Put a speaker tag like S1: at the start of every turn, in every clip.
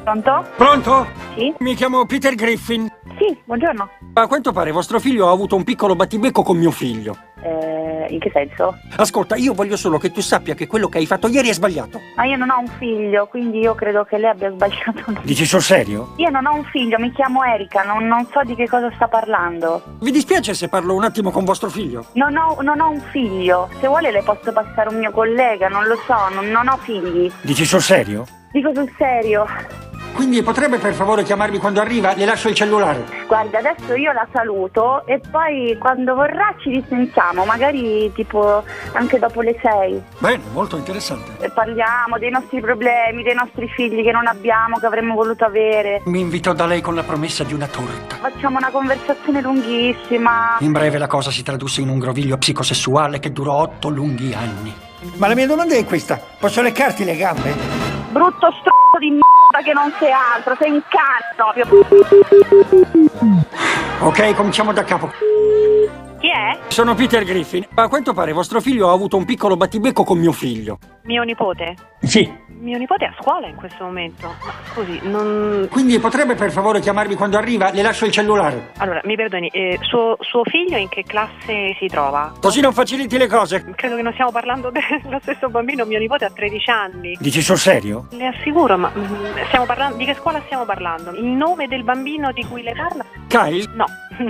S1: Pronto?
S2: Pronto?
S1: Sì?
S2: Mi chiamo Peter Griffin.
S1: Sì, buongiorno.
S2: A quanto pare vostro figlio ha avuto un piccolo battibecco con mio figlio.
S1: In che senso?
S2: Ascolta, io voglio solo che tu sappia che quello che hai fatto ieri è sbagliato.
S1: Ma io non ho un figlio, quindi io credo che lei abbia sbagliato.
S2: Dici sul serio?
S1: Io non ho un figlio, mi chiamo Erika, non so di che cosa sta parlando.
S2: Vi dispiace se parlo un attimo con vostro figlio?
S1: Non ho un figlio. Se vuole le posso passare un mio collega, non lo so, non ho figli.
S2: Dici sul serio?
S1: Dico sul serio.
S2: Quindi potrebbe per favore chiamarmi quando arriva? Le lascio il cellulare.
S1: Guarda, adesso io la saluto e poi quando vorrà ci risentiamo, magari tipo anche dopo le 6.
S2: Bene, molto interessante.
S1: E parliamo dei nostri problemi, dei nostri figli che non abbiamo, che avremmo voluto avere.
S2: Mi invitò da lei con la promessa di una torta.
S1: Facciamo una conversazione lunghissima.
S2: In breve la cosa si tradusse in un groviglio psicosessuale che durò 8 lunghi anni. Ma la mia domanda è questa: posso leccarti le gambe?
S1: Brutto stronzo di merda che non sei altro, sei in cane proprio.
S2: Ok, cominciamo da capo.
S1: Chi è?
S2: Sono Peter Griffin. A quanto pare vostro figlio ha avuto un piccolo battibecco con mio figlio.
S3: Mio nipote?
S2: Sì.
S3: Mio nipote è a scuola in questo momento. Ma scusi, non...
S2: Quindi potrebbe per favore chiamarmi quando arriva? Le lascio il cellulare.
S3: Allora, mi perdoni, suo figlio in che classe si trova?
S2: Così non faciliti le cose.
S3: Credo che non stiamo parlando dello stesso bambino, mio nipote ha 13 anni.
S2: Dici sul serio?
S3: Le assicuro, ma stiamo parlando... Di che scuola stiamo parlando? Il nome del bambino di cui le parla?
S2: Kyle?
S3: No,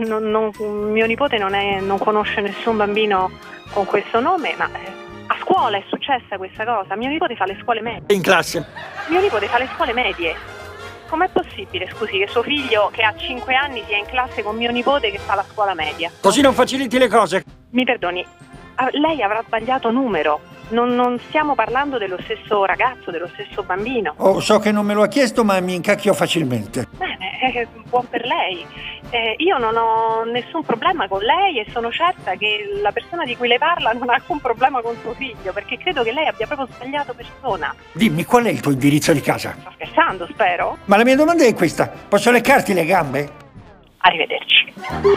S3: mio nipote non conosce nessun bambino con questo nome, ma... A scuola è successa questa cosa. Mio nipote fa le scuole medie.
S2: In classe.
S3: Mio nipote fa le scuole medie. Com'è possibile, scusi, che suo figlio che ha 5 anni sia in classe con mio nipote che fa la scuola media?
S2: Così non faciliti le cose.
S3: Mi perdoni, lei avrà sbagliato numero. Non stiamo parlando dello stesso ragazzo, dello stesso bambino.
S2: Oh, so che non me lo ha chiesto, ma mi incacchio facilmente.
S3: Bene, buon per lei. Io non ho nessun problema con lei e sono certa che la persona di cui lei parla non ha alcun problema con suo figlio, perché credo che lei abbia proprio sbagliato persona.
S2: Dimmi, qual è il tuo indirizzo di casa?
S3: Sta scherzando, spero?
S2: Ma la mia domanda è questa: posso leccarti le gambe?
S3: Arrivederci.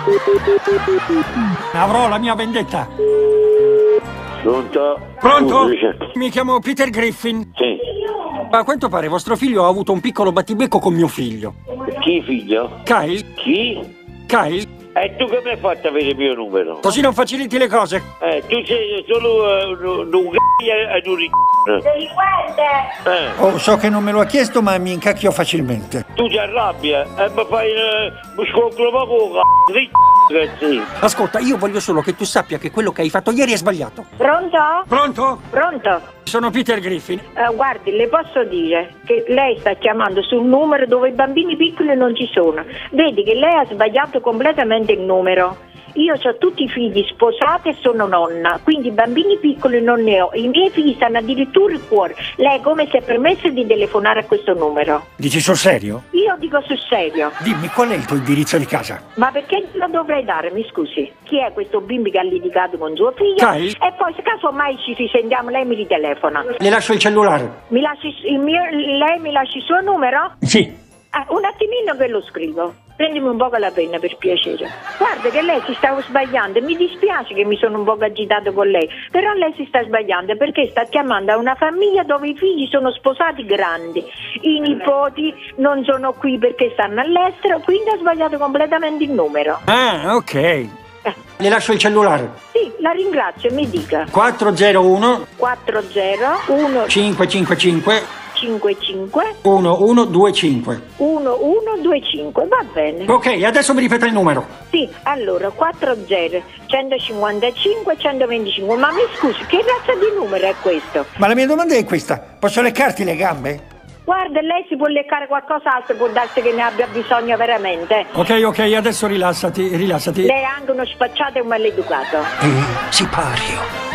S2: Avrò la mia vendetta.
S4: Pronto?
S2: Pronto? Mi chiamo Peter Griffin.
S4: Sì.
S2: A quanto pare vostro figlio ha avuto un piccolo battibecco con mio figlio.
S4: Chi figlio?
S2: Kyle?
S4: Chi?
S2: Kyle?
S4: E tu come hai fatto a avere il mio numero?
S2: Così non faciliti le cose.
S4: Tu sei solo un c***o ed un
S1: Delinquente!
S2: Oh, so che non me lo ha chiesto, ma mi incacchio facilmente.
S4: Tu ti arrabbia e mi fai mi scontro poco c***o.
S2: Ascolta, io voglio solo che tu sappia che quello che hai fatto ieri è sbagliato.
S1: Pronto?
S2: Pronto?
S1: Pronto?
S2: Sono Peter Griffin.
S1: Guardi, le posso dire che lei sta chiamando sul numero dove i bambini piccoli non ci sono. Vedi che lei ha sbagliato completamente il numero. Io ho tutti i figli sposati e sono nonna, quindi bambini piccoli non ne ho. I miei figli stanno addirittura fuori. Lei come si è permesso di telefonare a questo numero?
S2: Dici sul serio?
S1: Io dico sul serio.
S2: Dimmi, qual è il tuo indirizzo di casa?
S1: Ma perché lo dovrei dare, mi scusi? Chi è questo bimbo che ha litigato con suo figlio?
S2: Kyle?
S1: E poi se caso mai ci risentiamo, lei mi ritelefona.
S2: Le lascio il cellulare.
S1: Lei mi lasci il suo numero?
S2: Sì.
S1: Un attimino che lo scrivo. Prendimi un po' la penna per piacere. Guarda che lei si stava sbagliando. Mi dispiace che mi sono un po' agitato con lei, però lei si sta sbagliando perché sta chiamando a una famiglia dove i figli sono sposati grandi. I nipoti non sono qui perché stanno all'estero, quindi ha sbagliato completamente il numero.
S2: Ah, ok. Le lascio il cellulare.
S1: Sì, la ringrazio, mi dica.
S2: 401
S1: 401
S2: 555
S1: 55
S2: 1125.
S1: 1125, va bene.
S2: Ok, adesso mi ripeta il numero.
S1: Sì, allora 40 155 125. Ma mi scusi, che razza di numero è questo?
S2: Ma la mia domanda è questa: posso leccarti le gambe?
S1: Guarda, lei si può leccare qualcos'altro, può darsi che ne abbia bisogno veramente.
S2: Ok, adesso rilassati.
S1: Lei è anche uno spacciato e un maleducato.
S2: Sipario.